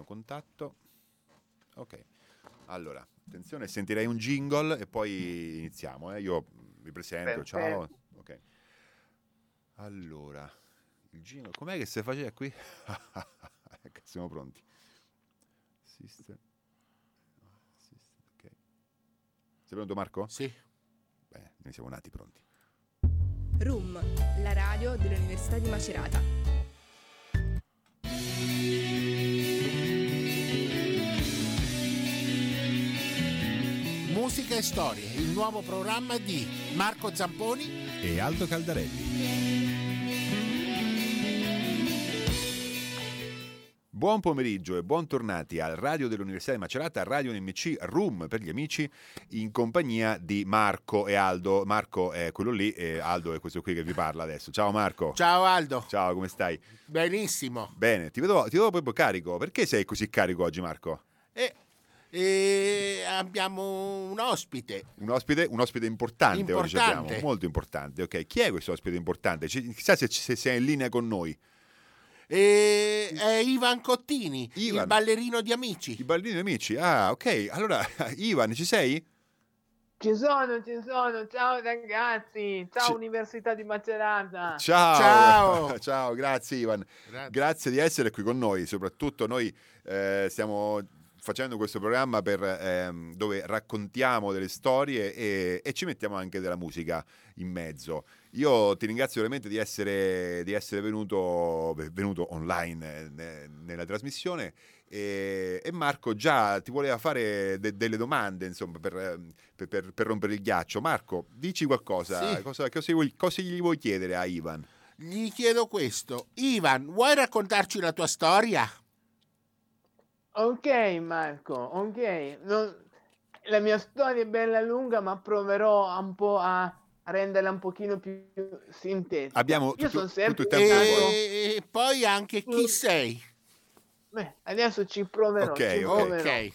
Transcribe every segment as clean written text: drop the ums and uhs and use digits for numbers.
contatto. Ok, allora, attenzione, sentirei un jingle e poi iniziamo. Io vi presento, ciao. Ok. Allora, il jingle, com'è che si faceva qui? Ecco, siamo pronti. System. Ok. Sei pronto, Marco? Sì. Bene, ne siamo nati pronti. RUM, la radio dell'Università di Macerata. Musica e storie, il nuovo programma di Marco Zamponi e Aldo Caldarelli. Buon pomeriggio e buontornati al radio dell'Università di Macerata, Radio NMC Room per gli amici, in compagnia di Marco e Aldo. Marco è quello lì e Aldo è questo qui che vi parla adesso. Ciao Marco. Ciao Aldo. Ciao, come stai? Benissimo. Bene, ti vedo proprio carico. Perché sei così carico oggi, Marco? Abbiamo un ospite. Un ospite importante oggi abbiamo, molto importante. Ok, chi è questo ospite importante? Chissà se sei in linea con noi. È Ivan Cottini, Ivan. Il ballerino di Amici. Il ballerino di Amici, ok. Allora, Ivan, ci sei? Ci sono, ciao ragazzi, ciao Università di Macerata. Ciao, grazie Ivan. Grazie di essere qui con noi, soprattutto noi stiamo facendo questo programma dove raccontiamo delle storie e ci mettiamo anche della musica in mezzo. Io ti ringrazio veramente di essere venuto online nella trasmissione e Marco già ti voleva fare delle domande, insomma, per rompere il ghiaccio. Marco, dici qualcosa, sì. Cosa gli vuoi chiedere a Ivan? Gli chiedo questo. Ivan, vuoi raccontarci la tua storia? Ok Marco, ok. La mia storia è bella lunga, ma proverò un po' a renderla un pochino più sintetica. Abbiamo tutto il tempo e poi anche chi sei? Adesso ci proverò. Ok.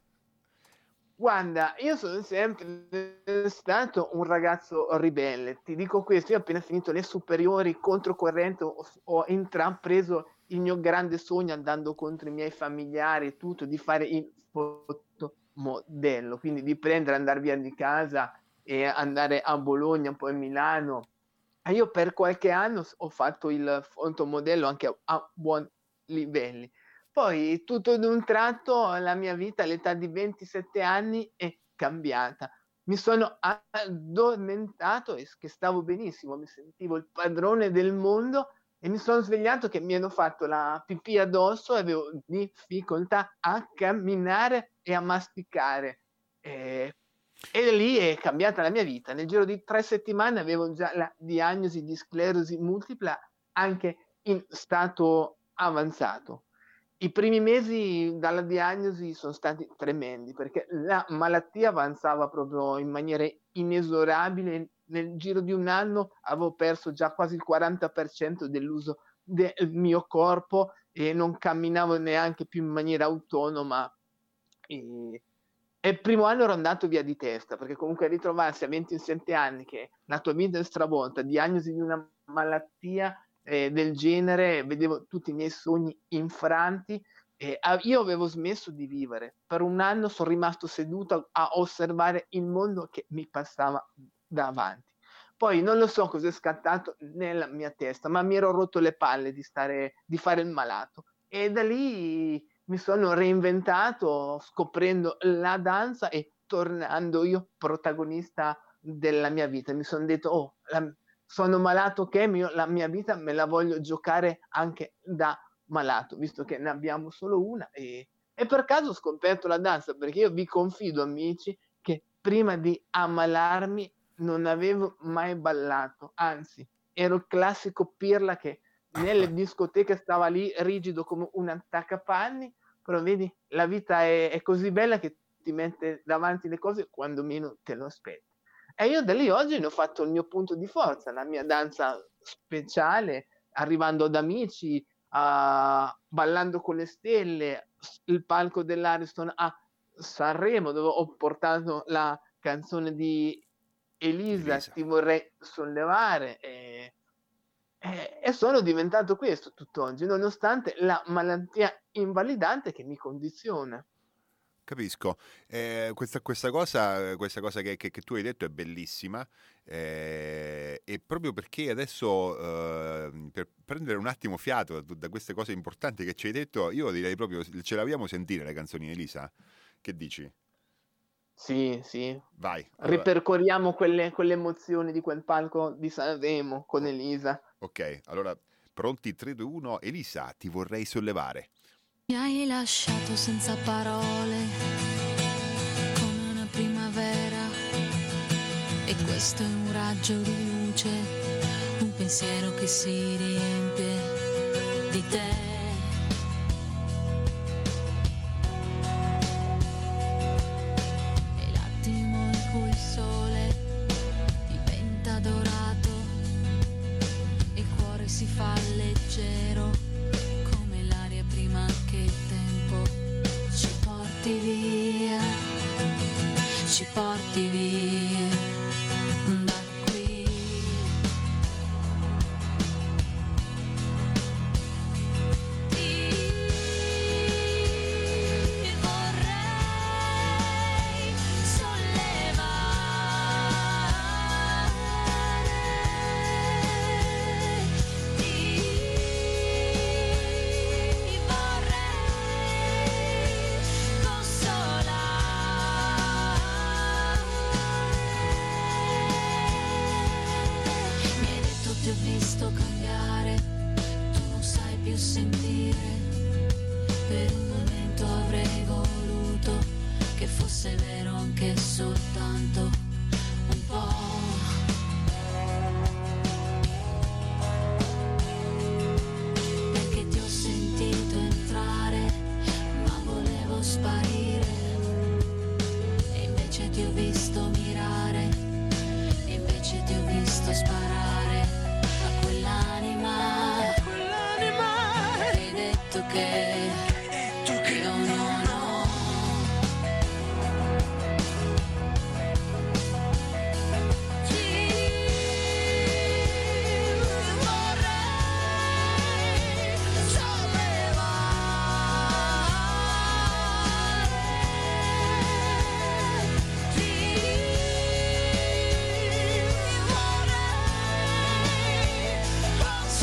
Guarda, io sono sempre stato un ragazzo ribelle. Ti dico questo, io ho appena finito le superiori, controcorrente, ho intrapreso il mio grande sogno andando contro i miei familiari e tutto, di fare il fotomodello, quindi di andare via di casa e andare a Bologna, poi a Milano. E io per qualche anno ho fatto il fotomodello anche a buoni livelli. Poi tutto ad un tratto la mia vita all'età di 27 anni è cambiata. Mi sono addormentato e che stavo benissimo, mi sentivo il padrone del mondo e mi sono svegliato che mi hanno fatto la pipì addosso e avevo difficoltà a camminare e a masticare. E lì è cambiata la mia vita. Nel giro di 3 settimane avevo già la diagnosi di sclerosi multipla anche in stato avanzato. I primi mesi dalla diagnosi sono stati tremendi perché la malattia avanzava proprio in maniera inesorabile. Nel giro di un anno avevo perso già quasi il 40% dell'uso del mio corpo e non camminavo neanche più in maniera autonoma. E il primo anno ero andato via di testa, perché comunque ritrovarsi a 27 anni che la tua vita è stravolta, diagnosi di una malattia del genere, vedevo tutti i miei sogni infranti. Io avevo smesso di vivere. Per un anno sono rimasto seduto a osservare il mondo che mi passava davanti. Poi non lo so cosa è scattato nella mia testa, ma mi ero rotto le palle di fare il malato. E da lì mi sono reinventato scoprendo la danza e tornando io protagonista della mia vita. Mi sono detto, sono malato, la mia vita me la voglio giocare anche da malato, visto che ne abbiamo solo una. E per caso ho scoperto la danza, perché io vi confido, amici, che prima di ammalarmi non avevo mai ballato, anzi, ero il classico pirla che nelle discoteche stava lì rigido come un attaccapanni, però vedi, la vita è così bella che ti mette davanti le cose quando meno te lo aspetti. E io da lì oggi ne ho fatto il mio punto di forza, la mia danza speciale, arrivando ad Amici, ballando con le stelle, il palco dell'Ariston a Sanremo, dove ho portato la canzone di Elisa. Ti vorrei sollevare. E sono diventato questo tutt'oggi, nonostante la malattia invalidante che mi condiziona. Capisco. Questa cosa che tu hai detto è bellissima, e proprio perché adesso, per prendere un attimo fiato da queste cose importanti che ci hai detto, io direi proprio ce l'abbiamo sentire le canzoni di Elisa. Che dici? Sì. Vai. Allora. Ripercorriamo quelle emozioni di quel palco di Sanremo con Elisa. Ok, allora pronti? 3, 2, 1. Elisa, ti vorrei sollevare. Mi hai lasciato senza parole, come una primavera, e questo è un raggio di luce, un pensiero che si riempie di te. E l'attimo in cui il sole diventa dorato e il cuore si fa leggero, prima che il tempo ci porti via da qui. Ti vorrei sollevare, ti ho visto cambiare, tu non sai più sentire. Per un momento avrei voluto che fosse vero anche soltanto un po'. Perché ti ho sentito entrare, ma volevo sparire. E invece ti ho visto mirare, e invece ti ho visto sparare. Hai detto che io non ho. Ti vorrei sollevare, ti vorrei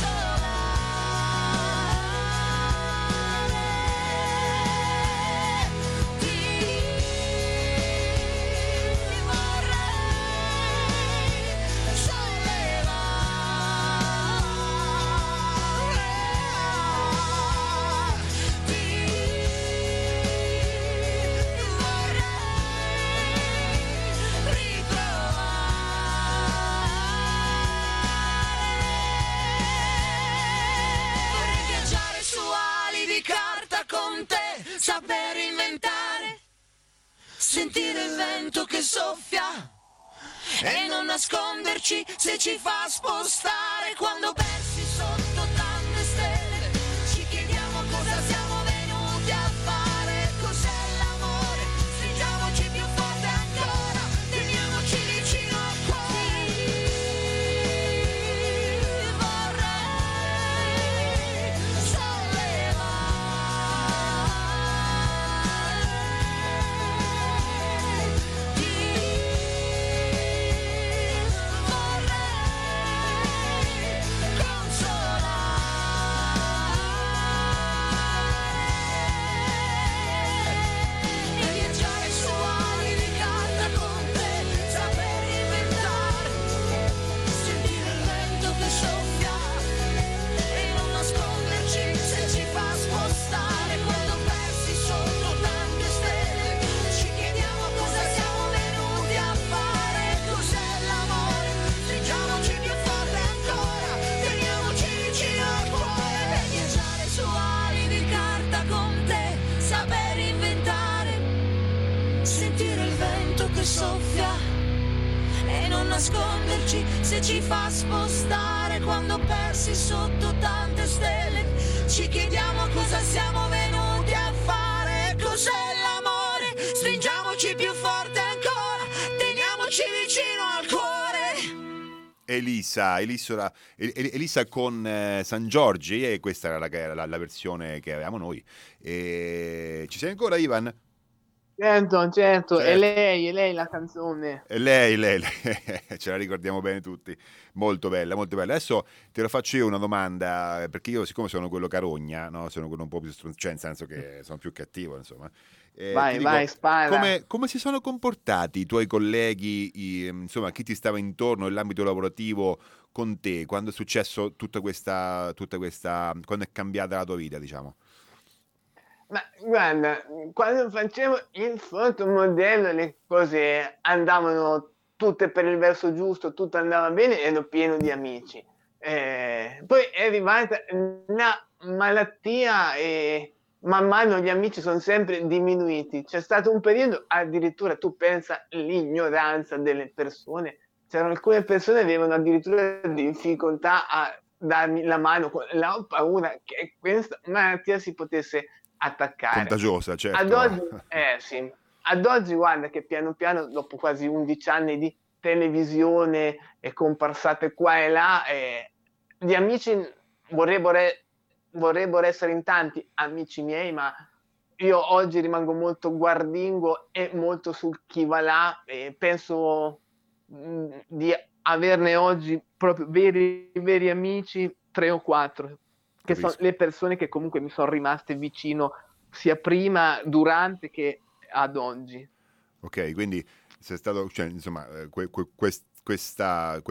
saper inventare, sentire il vento che soffia e non nasconderci se ci fa spostare. Quando persi sotto tante stelle ci chiediamo cosa siamo venuti a fare, cos'è l'amore, stringiamoci più forte ancora, teniamoci vicino al cuore. Nasconderci se ci fa spostare. Quando persi sotto tante stelle ci chiediamo cosa siamo venuti a fare, cos'è l'amore, stringiamoci più forte ancora, teniamoci vicino al cuore. Elisa con San Giorgi, e questa era la versione che avevamo noi. E ci sei ancora, Ivan? Certo, è lei la canzone. E lei, ce la ricordiamo bene tutti, molto bella, molto bella. Adesso te lo faccio io una domanda, perché io, siccome sono quello carogna, no? Sono quello un po' più cioè nel senso che sono più cattivo, insomma. Vai, spara. Come si sono comportati i tuoi colleghi, insomma, chi ti stava intorno nell'ambito lavorativo con te, quando è successo tutta questa, quando è cambiata la tua vita, diciamo? Ma guarda, quando facevo il fotomodello le cose andavano tutte per il verso giusto, tutto andava bene, ero pieno di amici. Poi è arrivata la malattia e man mano gli amici sono sempre diminuiti. C'è stato un periodo, addirittura tu pensa l'ignoranza delle persone, c'erano alcune persone che avevano addirittura difficoltà a darmi la mano, la paura che questa malattia si potesse attaccare. Contagiosa, certo. Ad oggi, sì. Ad oggi guarda che piano piano, dopo quasi 11 anni di televisione e comparsate qua e là, gli amici vorrebbero essere in tanti amici miei, ma io oggi rimango molto guardingo e molto sul chi va là, e penso di averne oggi proprio veri amici 3 o 4, che sono le persone che comunque mi sono rimaste vicino sia prima, durante che ad oggi. Ok, quindi sei stato, cioè, insomma, questa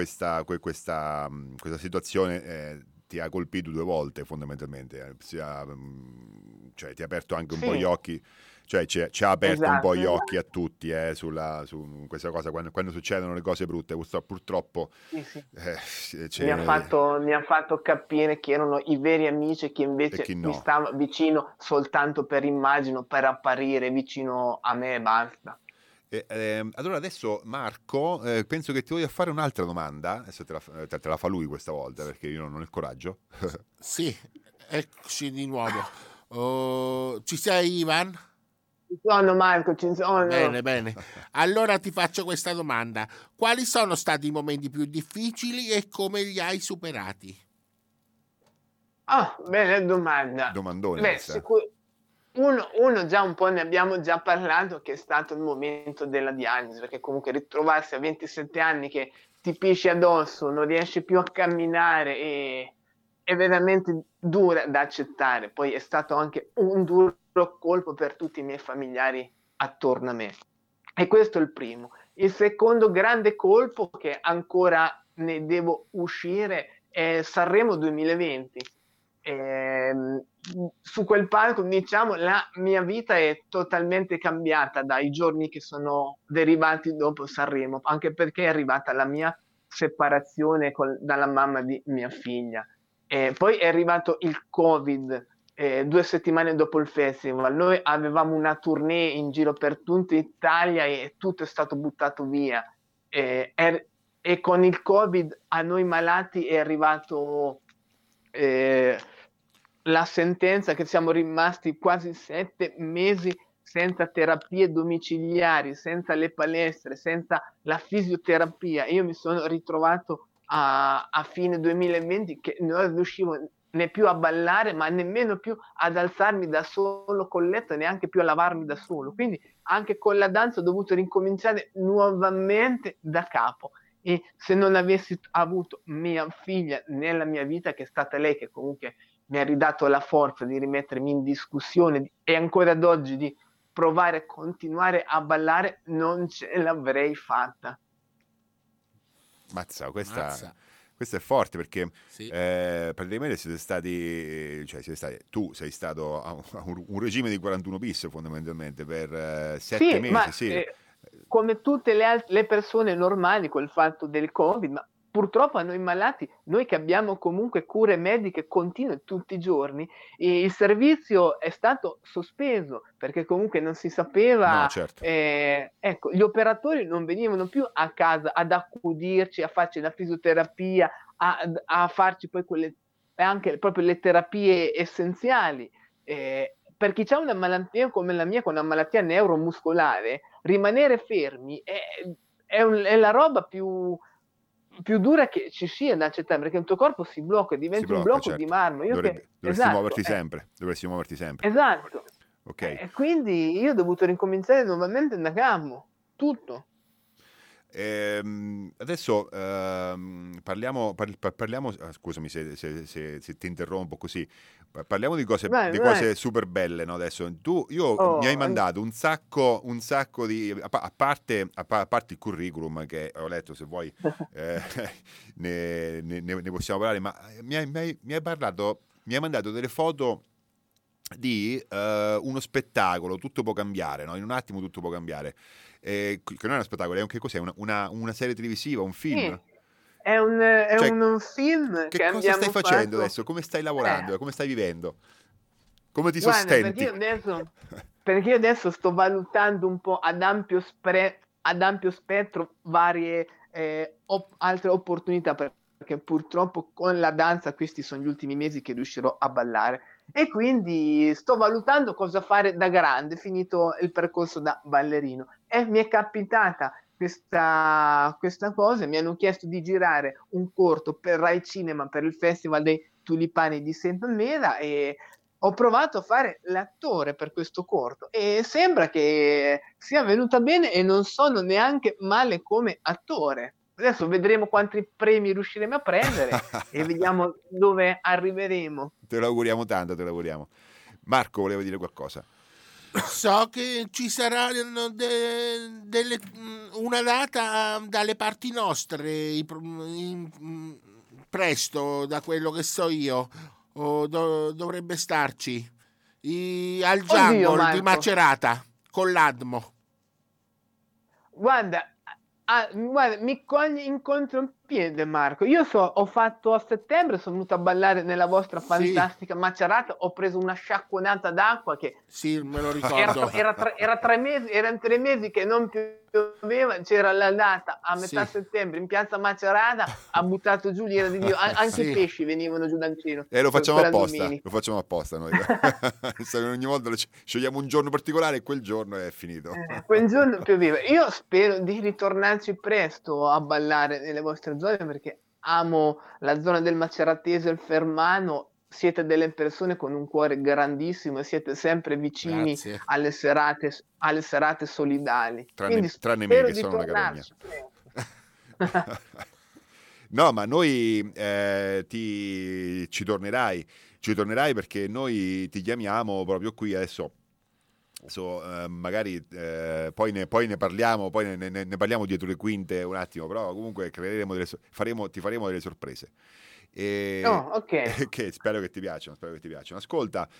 situazione ti ha colpito 2 volte fondamentalmente, cioè ti ha aperto anche un po' gli occhi, cioè ci ha aperto un po' gli occhi a tutti su questa cosa, quando succedono le cose brutte, purtroppo sì. Mi ha fatto capire chi erano i veri amici e chi invece mi stava vicino soltanto per immagino, per apparire vicino a me e basta. Allora adesso Marco, penso che ti voglia fare un'altra domanda, adesso te la fa lui questa volta perché io non ho il coraggio. Sì, eccoci di nuovo. Ci sei, Ivan? Ci sono, Marco, ci sono. Bene. Allora ti faccio questa domanda. Quali sono stati i momenti più difficili e come li hai superati? Bella domanda. Domandone. Uno già un po' ne abbiamo già parlato, che è stato il momento della diagnosi, perché comunque ritrovarsi a 27 anni che ti pisci addosso, non riesci più a camminare, è veramente dura da accettare. Poi è stato anche un duro colpo per tutti i miei familiari attorno a me. E questo è il primo. Il secondo grande colpo, che ancora ne devo uscire, è Sanremo 2020. Su quel palco, diciamo, la mia vita è totalmente cambiata dai giorni che sono derivati dopo Sanremo, anche perché è arrivata la mia separazione dalla mamma di mia figlia. Poi è arrivato il Covid, 2 settimane dopo il festival. Noi avevamo una tournée in giro per tutta Italia e tutto è stato buttato via. E con il Covid a noi malati è arrivato la sentenza che siamo rimasti quasi 7 mesi senza terapie domiciliari, senza le palestre, senza la fisioterapia. Io mi sono ritrovato a fine 2020 che non riuscivo né più a ballare, ma nemmeno più ad alzarmi da solo col letto, neanche più a lavarmi da solo. Quindi anche con la danza ho dovuto ricominciare nuovamente da capo. E se non avessi avuto mia figlia nella mia vita, che è stata lei che comunque mi ha ridato la forza di rimettermi in discussione e ancora ad oggi di provare a continuare a ballare, non ce l'avrei fatta. Mazza, questa è forte, perché sì. Praticamente tu sei stato a un regime di 41 bis fondamentalmente per 7 mesi. Come tutte le persone normali col fatto del Covid, ma purtroppo a noi malati, noi che abbiamo comunque cure mediche continue tutti i giorni, il servizio è stato sospeso perché comunque non si sapeva. No, certo. Ecco, gli operatori non venivano più a casa ad accudirci, a farci la fisioterapia, a farci poi anche proprio le terapie essenziali. Per chi ha una malattia come la mia, con una malattia neuromuscolare, rimanere fermi è la roba più più dura che ci sia da accettare, perché il tuo corpo si blocca, diventa un blocco certo. di marmo. Dovresti esatto, muoverti sempre, dovresti muoverti sempre. Esatto. Ok. E quindi io ho dovuto ricominciare nuovamente da capo, tutto. Adesso parliamo scusami se ti interrompo così, parliamo di cose, cose super belle, no? Adesso mi hai mandato un sacco di a parte il curriculum che ho letto, se vuoi ne possiamo parlare, ma mi hai mandato delle foto di uno spettacolo, tutto può cambiare, no? In un attimo tutto può cambiare. Che non è uno spettacolo, è anche cos'è? Una serie televisiva, un film? Sì, è un film che cosa stai facendo adesso? Come stai lavorando? Come stai vivendo? Come ti sostenti? Perché io adesso sto valutando un po' ad ampio spettro varie altre opportunità, perché purtroppo con la danza questi sono gli ultimi mesi che riuscirò a ballare, e quindi sto valutando cosa fare da grande, finito il percorso da ballerino, e mi è capitata questa cosa. Mi hanno chiesto di girare un corto per Rai Cinema per il Festival dei Tulipani di Sant'Almeda, e ho provato a fare l'attore per questo corto e sembra che sia venuta bene e non sono neanche male come attore. Adesso vedremo quanti premi riusciremo a prendere e vediamo dove arriveremo. Te lo auguriamo tanto, te lo auguriamo. Marco, voleva dire qualcosa? So che ci sarà una data dalle parti nostre presto, da quello che so io, dovrebbe starci al Jungle di Macerata con l'Admo. Guarda, mi cogli in contropiede, Marco. Io ho fatto a settembre, sono venuto a ballare nella vostra fantastica Macerata, ho preso una sciacquonata d'acqua che sì, me lo ricordo. Erano 3 mesi che non pioveva, c'era la data a metà settembre in piazza Macerata, ha buttato giù l'ira di Dio, anche i pesci venivano giù dal cielo. Lo facciamo apposta noi. Ogni volta scegliamo un giorno particolare e quel giorno è finito. Quel giorno pioveva. Io spero di ritornarci presto a ballare nelle vostre zone, perché amo la zona del Maceratese e il Fermano. Siete delle persone con un cuore grandissimo e siete sempre vicini alle serate solidali. Tranne me che sono una carogna. No, ma noi ci tornerai perché noi ti chiamiamo proprio qui adesso. Magari poi ne parliamo, poi ne parliamo dietro le quinte un attimo, però comunque ti faremo delle sorprese. Ok. Che spero che ti piacciono. Ascolta,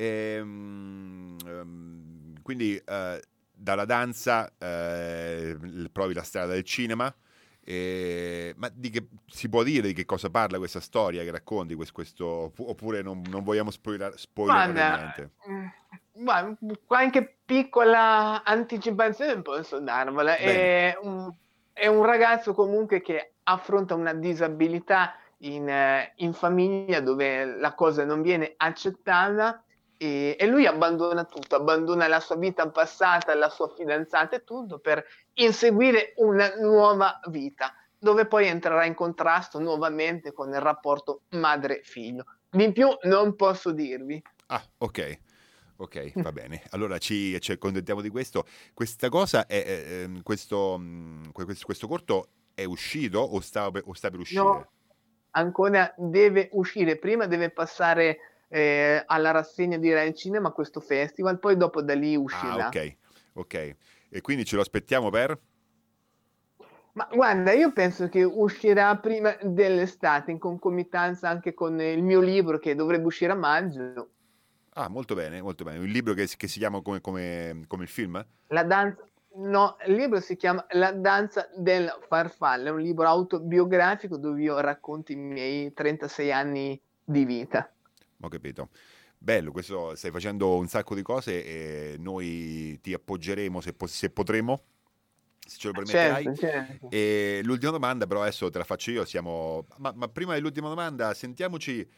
quindi dalla danza provi la strada del cinema, ma si può dire di che cosa parla questa storia che racconti, questo oppure non vogliamo spoilerare niente? Qualche piccola anticipazione posso darvela. È un ragazzo comunque che affronta una disabilità in famiglia dove la cosa non viene accettata, e lui abbandona tutto, abbandona la sua vita passata, la sua fidanzata e tutto per inseguire una nuova vita, dove poi entrerà in contrasto nuovamente con il rapporto madre-figlio. Di più non posso dirvi. Ok, va bene. Allora ci accontentiamo di questo. Questa cosa questo corto è uscito o sta per uscire? No, ancora deve uscire. Prima deve passare alla rassegna di Rai Cinema, questo festival, poi dopo da lì uscirà. Ok. E quindi ce lo aspettiamo per? Ma guarda, io penso che uscirà prima dell'estate, in concomitanza anche con il mio libro che dovrebbe uscire a maggio. Molto bene. Un libro che si chiama come il film? La danza. No, il libro si chiama La danza del farfalla, è un libro autobiografico dove io racconto i miei 36 anni di vita. Ho capito. Bello, questo, stai facendo un sacco di cose e noi ti appoggeremo se potremo, se ce lo permetterai. Certo. E l'ultima domanda, però adesso te la faccio io, ma prima dell'ultima domanda sentiamoci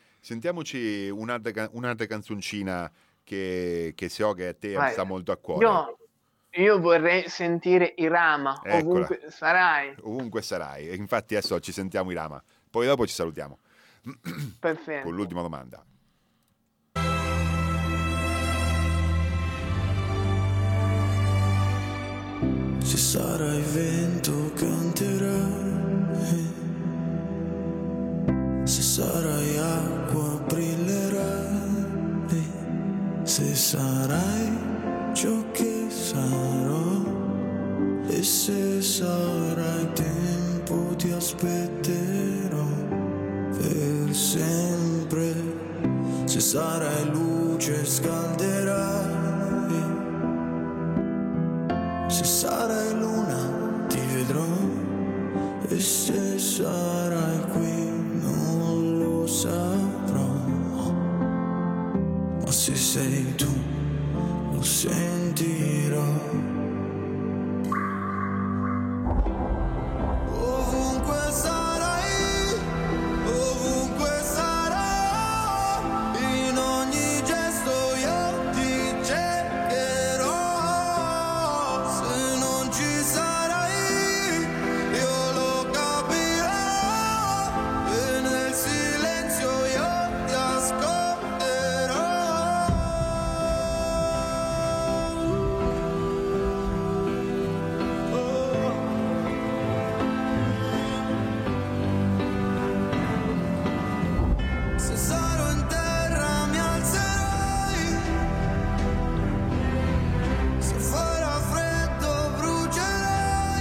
un'altra canzoncina che so che a te sta molto a cuore. Io vorrei sentire Irama, ovunque sarai. Ovunque sarai. E infatti adesso ci sentiamo Irama. Poi dopo ci salutiamo. Perfetto. Con l'ultima domanda. Se sarai vento canterai, se sarai acqua brillerai, se sarai ciò che sarò, e se sarai tempo ti aspetterò per sempre, se sarai luce scalderai, se sarai luna ti vedrò, e se sarai qui non lo saprò, ma se sei tu lo sentirò. Ovunque sarai, ovunque sarò, in ogni gesto io ti cercherò. Se non ci sarai, io lo capirò, e nel silenzio io ti ascolterò. Se sarò in terra mi alzerai, se farà freddo brucerai,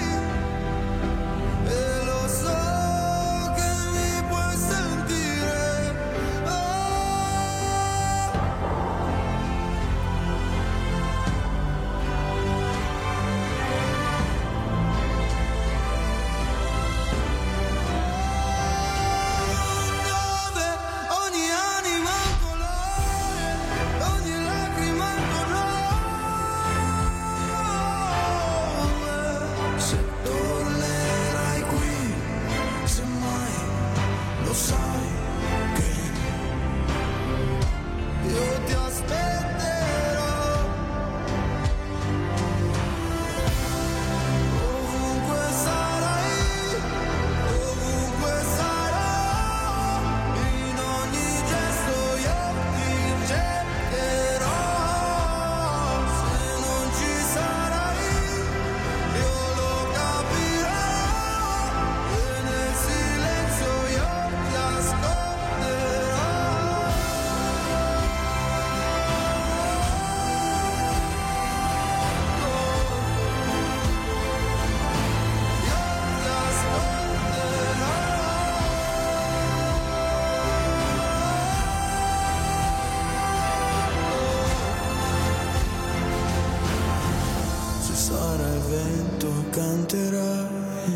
e lo so che mi puoi sentire. Dove ogni anima ha un colore, ogni lacrima ha un colore. Se tornerai qui, se mai lo sai che io ti aspetterò. Ovunque sarai, ovunque sarò, in ogni gesto io ti cercherò. Se non ci sarai, io lo capirò, e nel silenzio io ti ascolterò. Io ti ascolterò. Se sarai vento canterai.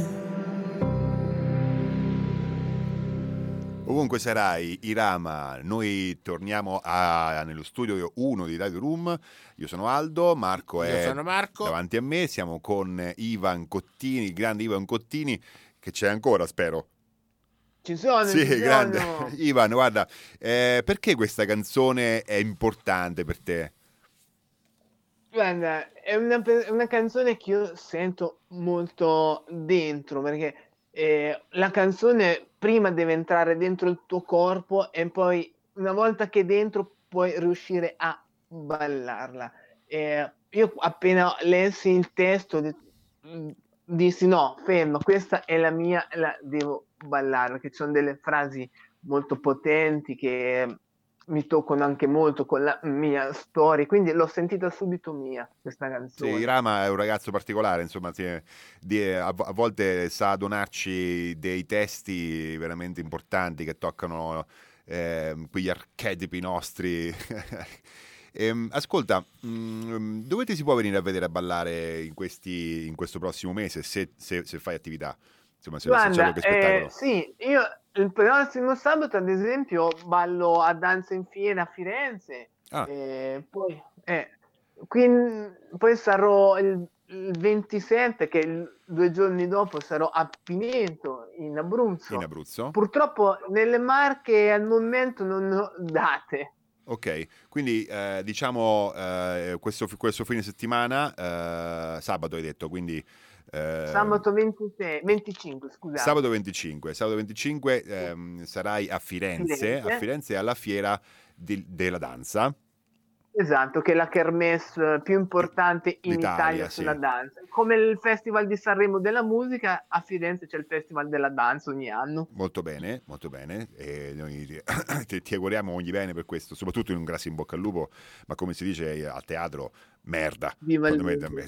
Ovunque sarai, Irama, noi torniamo nello studio 1 di Radio Room. Io sono Aldo, Marco Io è sono Marco. davanti a me, siamo con Ivan Cottini, il grande Ivan Cottini, che c'è ancora, spero. Ci sono, Sì, ci grande. sono. Ivan, guarda, perché questa canzone è importante per te? Guarda, è una canzone che io sento molto dentro, perché la canzone prima deve entrare dentro il tuo corpo e poi una volta che è dentro puoi riuscire a ballarla. Io appena lessi il testo dissi no, fermo, questa è la mia, la devo ballare, perché ci sono delle frasi molto potenti che mi toccano anche molto con la mia storia, quindi l'ho sentita subito mia questa Sì, canzone. Irama è un ragazzo particolare, insomma, a volte sa donarci dei testi veramente importanti che toccano quegli archetipi nostri. Ascolta, dove ti si può venire a vedere a ballare in questo prossimo mese, se fai attività? Insomma, se c'è Guarda, qualche spettacolo. sì, io il prossimo sabato, ad esempio, ballo a Danza in Fiera a Firenze, Ah. poi sarò il 27, che 2 giorni dopo sarò a Pineto, in Abruzzo. In Abruzzo? Purtroppo nelle Marche al momento non ho date. Ok, quindi diciamo questo fine settimana, sabato hai detto, quindi... Sabato 25, scusate. Sabato 25 sarai a Firenze alla fiera della danza. Esatto, che è la kermesse più importante in Italia sulla danza. Come il Festival di Sanremo della musica, a Firenze c'è il Festival della danza ogni anno. Molto bene, molto bene. E noi ti auguriamo ogni bene per questo, soprattutto in un grasso in bocca al lupo, ma come si dice a teatro, merda. Viva il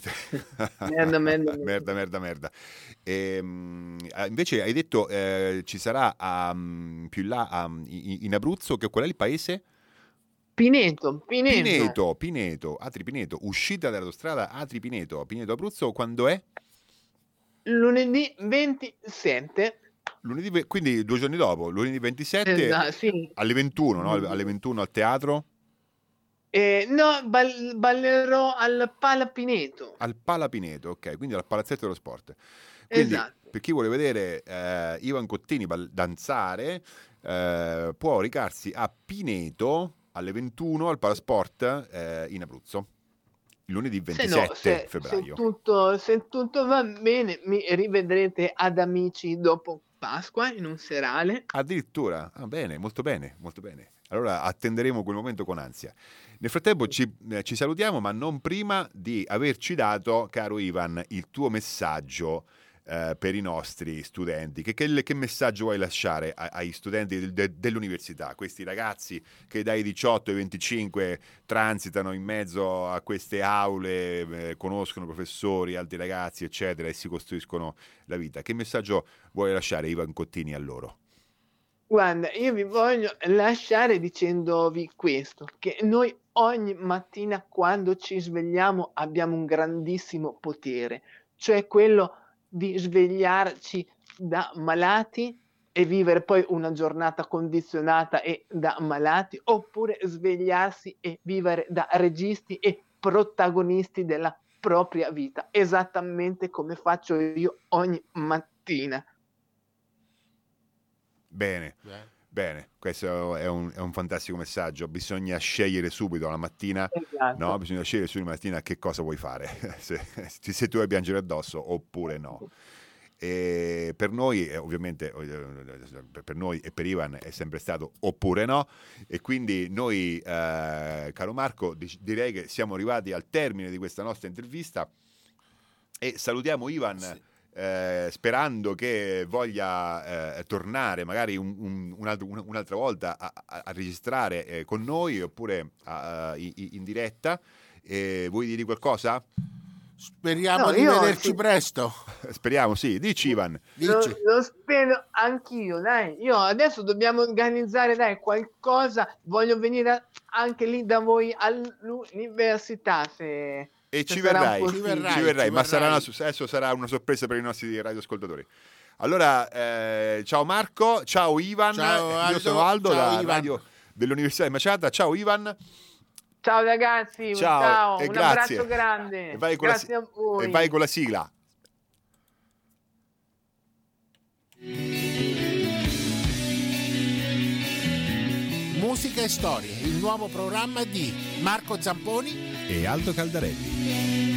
merda. E, invece hai detto ci sarà più in là in Abruzzo, che qual è il paese? Pineto, Atri Pineto, uscita dall'autostrada Atri Pineto Abruzzo, quando è? Lunedì 27. Quindi 2 giorni dopo, lunedì 27, sì. Alle 21, no? Alle 21 al teatro? No, ballerò al Palapineto. Al Palapineto, ok, quindi al Palazzetto dello Sport. Quindi, esatto. Per chi vuole vedere Ivan Cottini danzare, può recarsi a Pineto alle 21 al Palasport in Abruzzo, il lunedì 27 febbraio. Se tutto va bene, mi rivedrete ad Amici dopo Pasqua in un serale. Addirittura, bene, molto bene. Allora attenderemo quel momento con ansia. Nel frattempo ci salutiamo, ma non prima di averci dato, caro Ivan, il tuo messaggio per i nostri studenti. Che messaggio vuoi lasciare ai studenti dell'università, questi ragazzi che dai 18 ai 25 transitano in mezzo a queste aule, conoscono professori, altri ragazzi, eccetera, e si costruiscono la vita? Che messaggio vuoi lasciare, Ivan Cottini, a loro? Guarda, io vi voglio lasciare dicendovi questo, che noi ogni mattina quando ci svegliamo abbiamo un grandissimo potere, cioè quello di svegliarci da malati e vivere poi una giornata condizionata e da malati, oppure svegliarsi e vivere da registi e protagonisti della propria vita, esattamente come faccio io ogni mattina. Bene, questo è un fantastico messaggio. Bisogna scegliere subito la mattina, esatto. No? Bisogna scegliere subito la mattina che cosa vuoi fare, se tu vuoi piangere addosso oppure no. E per noi, ovviamente, per noi e per Ivan è sempre stato oppure no, e quindi noi, caro Marco, direi che siamo arrivati al termine di questa nostra intervista e salutiamo Ivan. Sì. Sperando che voglia tornare magari un'altra volta a registrare con noi oppure in diretta. Vuoi dire qualcosa? Speriamo di vederci presto. Speriamo, sì. Dici, Ivan. Lo spero anch'io, dai. Io adesso dobbiamo organizzare qualcosa. Voglio venire anche lì da voi all'università, se... E ci verrai, ma adesso sarà una sorpresa per i nostri radioascoltatori. Allora, ciao Marco, ciao Ivan, io sono Aldo, da radio dell'Università di Macerata. Ciao Ivan. Ciao ragazzi, ciao. Un abbraccio grande. Grazie a voi. E vai con la sigla. Musica e storie, il nuovo programma di Marco Zamponi e Aldo Caldarelli.